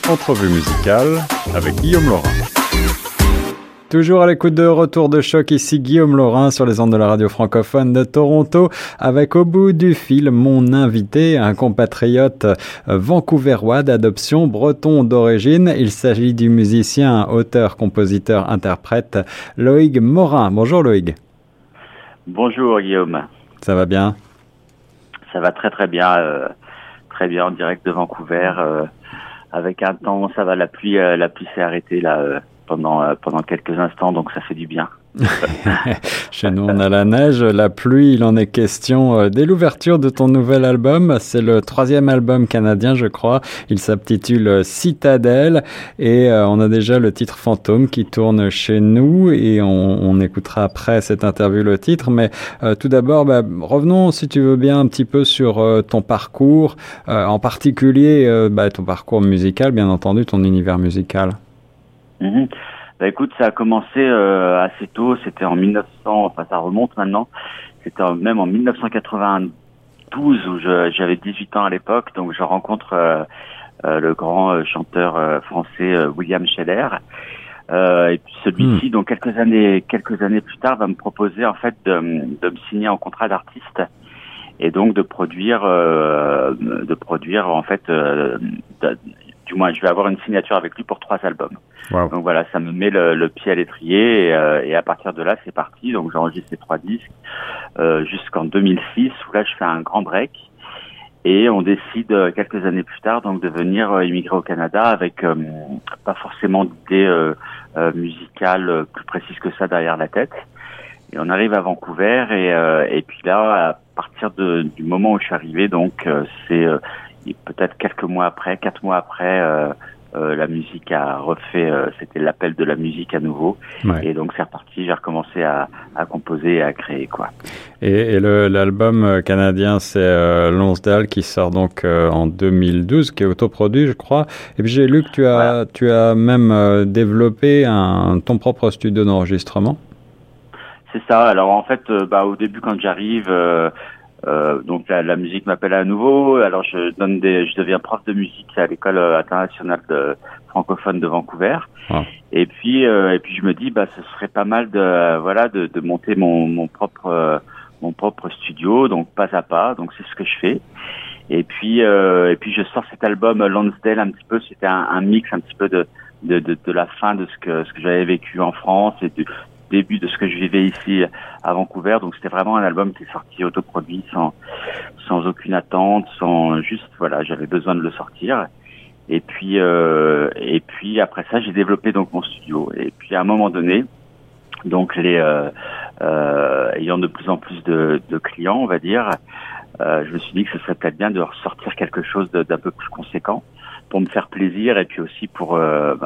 Entrevue musicale avec Guillaume Laurin. Toujours à l'écoute de Retour de choc, ici Guillaume Laurin sur les ondes de la radio francophone de Toronto, avec au bout du fil mon invité, un compatriote vancouverois d'adoption, breton d'origine. Il s'agit du musicien, auteur, compositeur, interprète Loïg Morin. Bonjour Loïg. Bonjour Guillaume. Ça va bien? Ça va très bien en direct de Vancouver, avec un temps, ça va, la pluie s'est arrêtée là pendant quelques instants, donc ça fait du bien. Chez nous, on a la neige, la pluie, il en est question dès l'ouverture de ton nouvel album. C'est le 3e album canadien, je crois. Il s'intitule Citadelle et on a déjà le titre Fantôme qui tourne chez nous et on écoutera après cette interview le titre. Mais tout d'abord, revenons, si tu veux bien, un petit peu sur ton parcours, en particulier ton parcours musical, bien entendu, ton univers musical. Mm-hmm. Écoute, ça a commencé assez tôt, c'était en 1900, enfin ça remonte maintenant, c'était même en 1992 où j'avais 18 ans à l'époque, donc je rencontre le grand chanteur français William Scheller, et puis celui-ci, donc quelques années plus tard, va me proposer en fait de me signer en contrat d'artiste et donc de produire en fait. Du moins, je vais avoir une signature avec lui pour 3 albums. Wow. Donc voilà, ça me met le pied à l'étrier et à partir de là, c'est parti. Donc j'enregistre ces 3 disques jusqu'en 2006 où là, je fais un grand break et on décide quelques années plus tard donc de venir immigrer au Canada avec pas forcément d'idée musicale plus précise que ça derrière la tête. Et on arrive à Vancouver et puis là, à partir du moment où je suis arrivé, donc c'est peut-être 4 mois après, la musique a refait, c'était l'appel de la musique à nouveau. Ouais. Et donc c'est reparti, j'ai recommencé à composer et à créer, quoi. Et l'album canadien, c'est Lonsdale qui sort donc en 2012, qui est autoproduit, je crois. Et puis j'ai lu que tu as même développé ton propre studio d'enregistrement. C'est ça. Alors en fait, au début quand j'arrive, donc la musique m'appelle à nouveau. Alors je deviens prof de musique à l'école internationale francophone de Vancouver. Ah. Et puis je me dis ce serait pas mal de monter mon propre studio, donc pas à pas. Donc c'est ce que je fais. Et puis je sors cet album Lonsdale un petit peu. C'était un mix un petit peu de la fin de ce que j'avais vécu en France et du début de ce que je vivais ici à Vancouver. Donc c'était vraiment un album qui est sorti autoproduit sans aucune attente, j'avais besoin de le sortir. Et puis après ça, j'ai développé donc mon studio. Et puis à un moment donné, donc ayant de plus en plus de clients, on va dire, je me suis dit que ce serait peut-être bien de ressortir quelque chose d'un peu plus conséquent pour me faire plaisir et puis aussi pour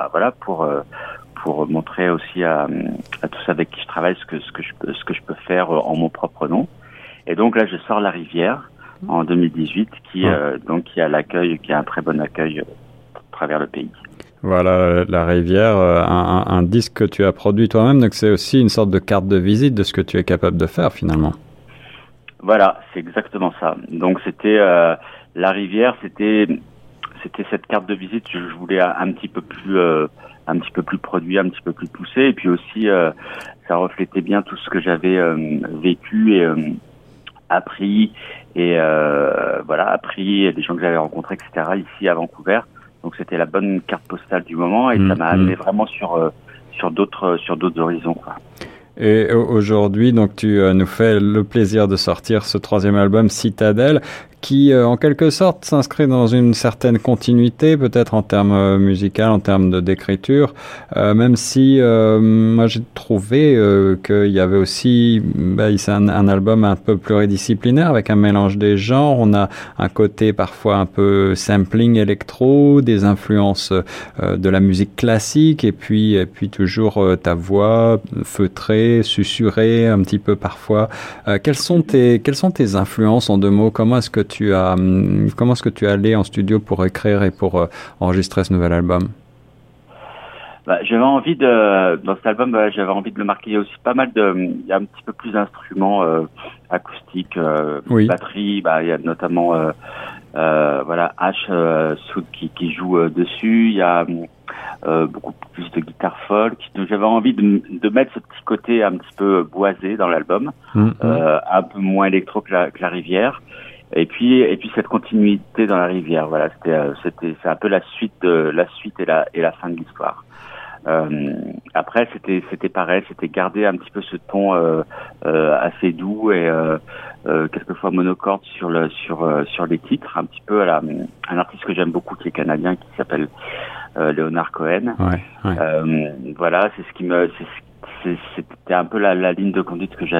montrer aussi à tous avec qui je travaille ce que je peux faire en mon propre nom. Et donc là, je sors La Rivière en 2018, qui a un très bon accueil à travers le pays. Voilà, La Rivière, un disque que tu as produit toi-même, donc c'est aussi une sorte de carte de visite de ce que tu es capable de faire finalement. Voilà, c'est exactement ça. Donc c'était La Rivière, c'était cette carte de visite que je voulais un petit peu plus produit, un petit peu plus poussé, et puis aussi ça reflétait bien tout ce que j'avais vécu et appris et des gens que j'avais rencontrés, etc. ici à Vancouver. Donc c'était la bonne carte postale du moment et ça m'a amené vraiment sur d'autres horizons, quoi. Et aujourd'hui, donc tu nous fais le plaisir de sortir ce 3e album Citadelle, qui en quelque sorte s'inscrit dans une certaine continuité, peut-être en termes musicaux, en termes d'écriture, même si moi j'ai trouvé qu'il y avait aussi c'est un album un peu pluridisciplinaire avec un mélange des genres. On a un côté parfois un peu sampling électro, des influences de la musique classique et puis toujours ta voix feutrée, susurrée un petit peu parfois. Quelles sont tes influences en 2 mots? Comment est-ce que tu es allé en studio pour écrire et pour enregistrer ce nouvel album? J'avais envie dans cet album, j'avais envie de le marquer. Il y a aussi pas mal il y a un petit peu plus d'instruments acoustiques, batterie. Il y a notamment Ash Soud qui joue dessus. Il y a beaucoup plus de guitare folk. Donc j'avais envie de mettre ce petit côté un petit peu boisé dans l'album, un peu moins électro que la rivière. Et puis cette continuité dans la rivière. Voilà, c'est un peu la suite et la fin de l'histoire. Après c'était pareil, c'était garder un petit peu ce ton assez doux et quelquefois monocorde sur les titres, un petit peu un artiste que j'aime beaucoup qui est canadien, qui s'appelle Leonard Cohen. Voilà, c'était un peu la ligne de conduite que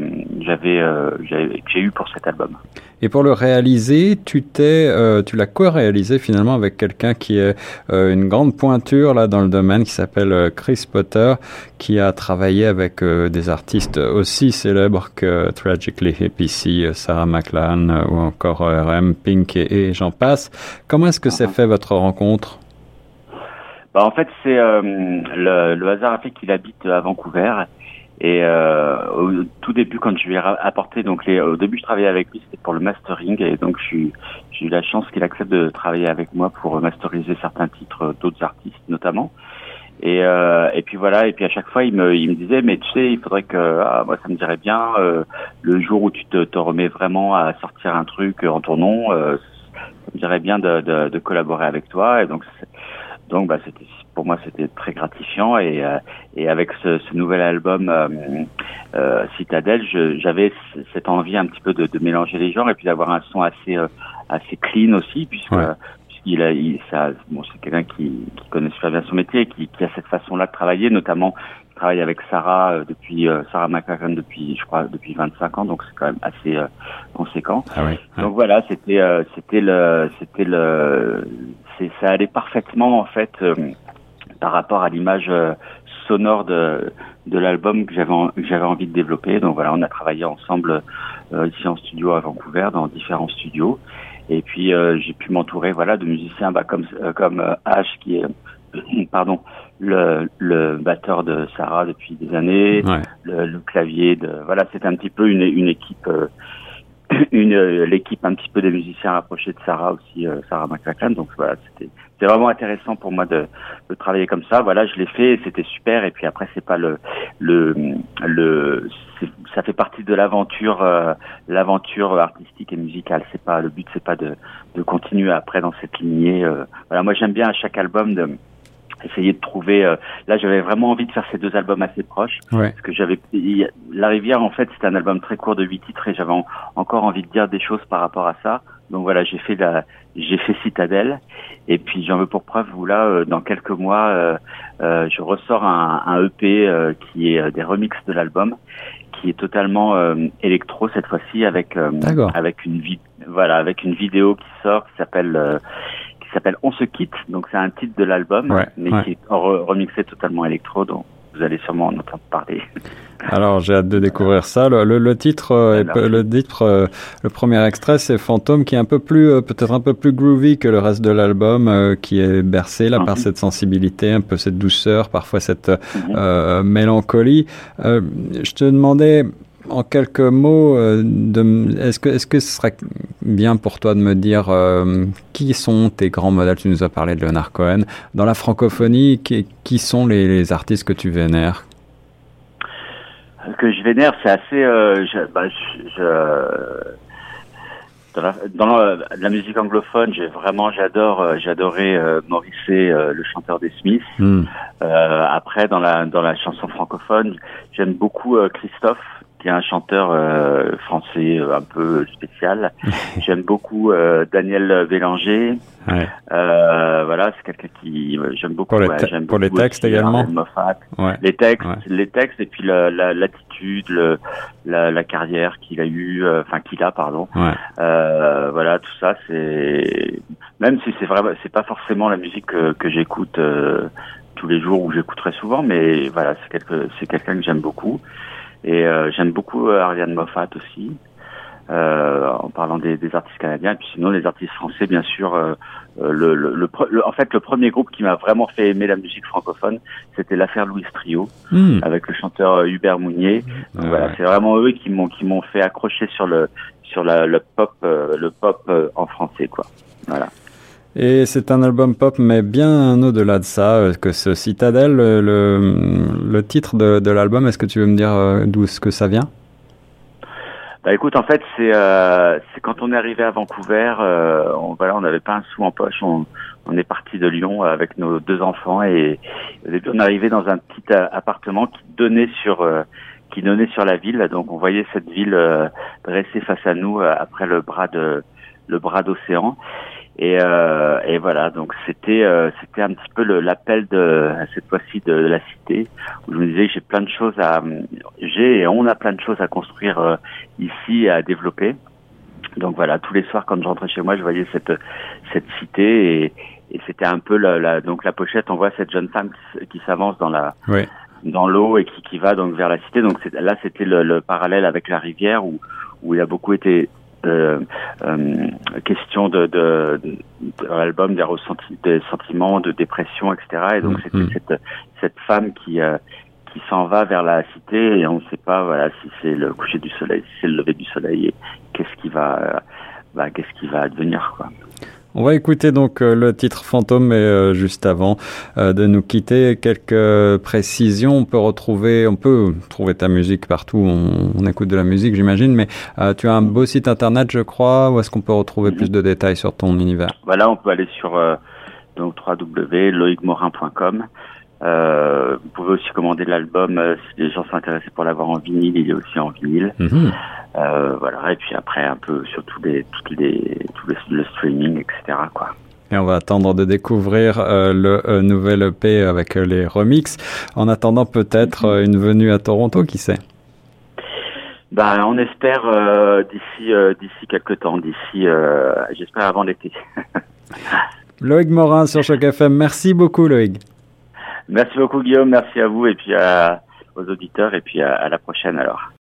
j'ai eu pour cet album. Et pour le réaliser, tu l'as co-réalisé finalement avec quelqu'un qui est une grande pointure là dans le domaine, qui s'appelle Chris Potter, qui a travaillé avec des artistes aussi célèbres que Tragically Hip ici, Sarah McLachlan ou encore RM, Pink et j'en passe. Comment est-ce que s'est fait votre rencontre? En fait, c'est le hasard a fait qu'il habite à Vancouver. Et au tout début, quand je lui ai apporté, au début je travaillais avec lui, c'était pour le mastering, et donc j'ai eu la chance qu'il accepte de travailler avec moi pour masteriser certains titres d'autres artistes notamment. Et puis voilà, et puis à chaque fois il me disait, mais tu sais, il faudrait que moi ça me dirait bien le jour où tu te remets vraiment à sortir un truc en ton nom, ça me dirait bien de collaborer avec toi. Et donc c'était, pour moi, c'était très gratifiant, et avec ce nouvel album Citadelle, j'avais cette envie un petit peu de mélanger les genres et puis d'avoir un son assez clean aussi, c'est quelqu'un qui connaît super bien son métier et qui a cette façon-là de travailler, notamment il travaille avec Sarah McLachlan depuis 25 ans, donc c'est quand même assez conséquent. Donc voilà, ça allait parfaitement en fait par rapport à l'image sonore de l'album que j'avais envie de développer. Donc voilà, on a travaillé ensemble ici en studio à Vancouver, dans différents studios, et puis j'ai pu m'entourer de musiciens comme Ash, qui est le batteur de Sarah depuis des années, le clavier c'était un petit peu une équipe l'équipe un petit peu des musiciens rapprochés de Sarah aussi, Sarah McLachlan. Donc voilà, c'était vraiment intéressant pour moi de travailler comme ça. Voilà, je l'ai fait et c'était super. Et puis après, c'est pas ça fait partie de l'aventure artistique et musicale. Le but, c'est pas de continuer après dans cette lignée. Voilà, moi j'aime bien à chaque album essayer de trouver. Là, j'avais vraiment envie de faire ces deux albums assez proches, parce que La Rivière, en fait, c'était un album très court de 8 titres et j'avais encore envie de dire des choses par rapport à ça. Donc voilà, j'ai fait Citadelle, et puis j'en veux pour preuve où là, dans quelques mois, je ressors un EP qui est des remixes de l'album, qui est totalement électro cette fois-ci, avec une vidéo qui sort qui s'appelle On se quitte, donc c'est un titre de l'album, qui est remixé totalement électro, donc vous allez sûrement en entendre parler. Alors j'ai hâte de découvrir ça. Le titre, le premier extrait, c'est Fantôme, qui est peut-être un peu plus groovy que le reste de l'album, qui est bercé là par cette sensibilité, un peu cette douceur, parfois cette mélancolie. Je te demandais en quelques mots, est-ce que ce serait bien pour toi de me dire qui sont tes grands modèles? Tu nous as parlé de Leonard Cohen. Dans la francophonie, qui sont les artistes que tu vénères? Que je vénère, c'est assez... Dans la musique anglophone, j'adorais Morrissey, le chanteur des Smiths. Après, dans la chanson francophone, j'aime beaucoup Christophe, qui est un chanteur français un peu spécial. J'aime beaucoup Daniel Bélanger. Voilà, c'est quelqu'un qui j'aime beaucoup. Pour les textes aussi, également. Les textes et puis l'attitude, la carrière qu'il a eu, pardon. Voilà, tout ça, c'est, même si c'est pas forcément la musique que j'écoute tous les jours, ou j'écoute très souvent, mais voilà, c'est quelqu'un que j'aime beaucoup. Et j'aime beaucoup Ariane Moffat aussi. en parlant des artistes canadiens. Et puis sinon, les artistes français, bien sûr. En fait, le premier groupe qui m'a vraiment fait aimer la musique francophone, c'était l'Affaire Louise Trio, avec le chanteur Hubert Mounier. Donc, voilà, c'est vraiment eux qui m'ont fait accrocher sur le pop en français, quoi. Voilà. Et c'est un album pop, mais bien au-delà de ça, que ce Citadel, le titre de l'album, est-ce que tu veux me dire d'où est-ce que ça vient? Bah écoute, en fait, c'est quand on est arrivé à Vancouver, on n'avait pas un sou en poche, on est parti de Lyon avec nos 2 enfants et au début on est arrivé dans un petit appartement qui donnait sur la ville, donc on voyait cette ville dressée face à nous après le bras d'océan. Et voilà, donc c'était un petit peu l'appel cette fois-ci de la cité, où je me disais que on a plein de choses à construire ici et à développer. Donc voilà, tous les soirs quand je rentrais chez moi, je voyais cette cité et c'était un peu donc la pochette, on voit cette jeune femme qui s'avance dans l'eau et qui va donc vers la cité. Donc là c'était le parallèle avec la rivière où il a beaucoup été question de l'album des sentiments de dépression, etc. Et donc c'était cette femme qui s'en va vers la cité et on ne sait pas si c'est le coucher du soleil, si c'est le lever du soleil et qu'est-ce qui va advenir, quoi. On va écouter donc le titre Fantôme, mais juste avant de nous quitter, quelques précisions. On peut trouver ta musique partout. On écoute de la musique, j'imagine, mais tu as un beau site internet, je crois. Où est-ce qu'on peut retrouver plus de détails sur ton univers? Voilà, on peut aller sur donc www.loicmorin.com. Vous pouvez aussi commander l'album si les gens sont intéressés pour l'avoir en vinyle. Il est aussi en vinyle. Voilà, et puis après un peu sur le streaming, etc., quoi. Et on va attendre de découvrir le nouvel EP avec les remixes. En attendant peut-être une venue à Toronto, qui sait? Ben, on espère d'ici quelques temps, j'espère avant l'été. Loïc Morin sur Choc FM. Merci beaucoup, Loïc. Merci beaucoup, Guillaume. Merci à vous et puis aux auditeurs et puis à la prochaine alors.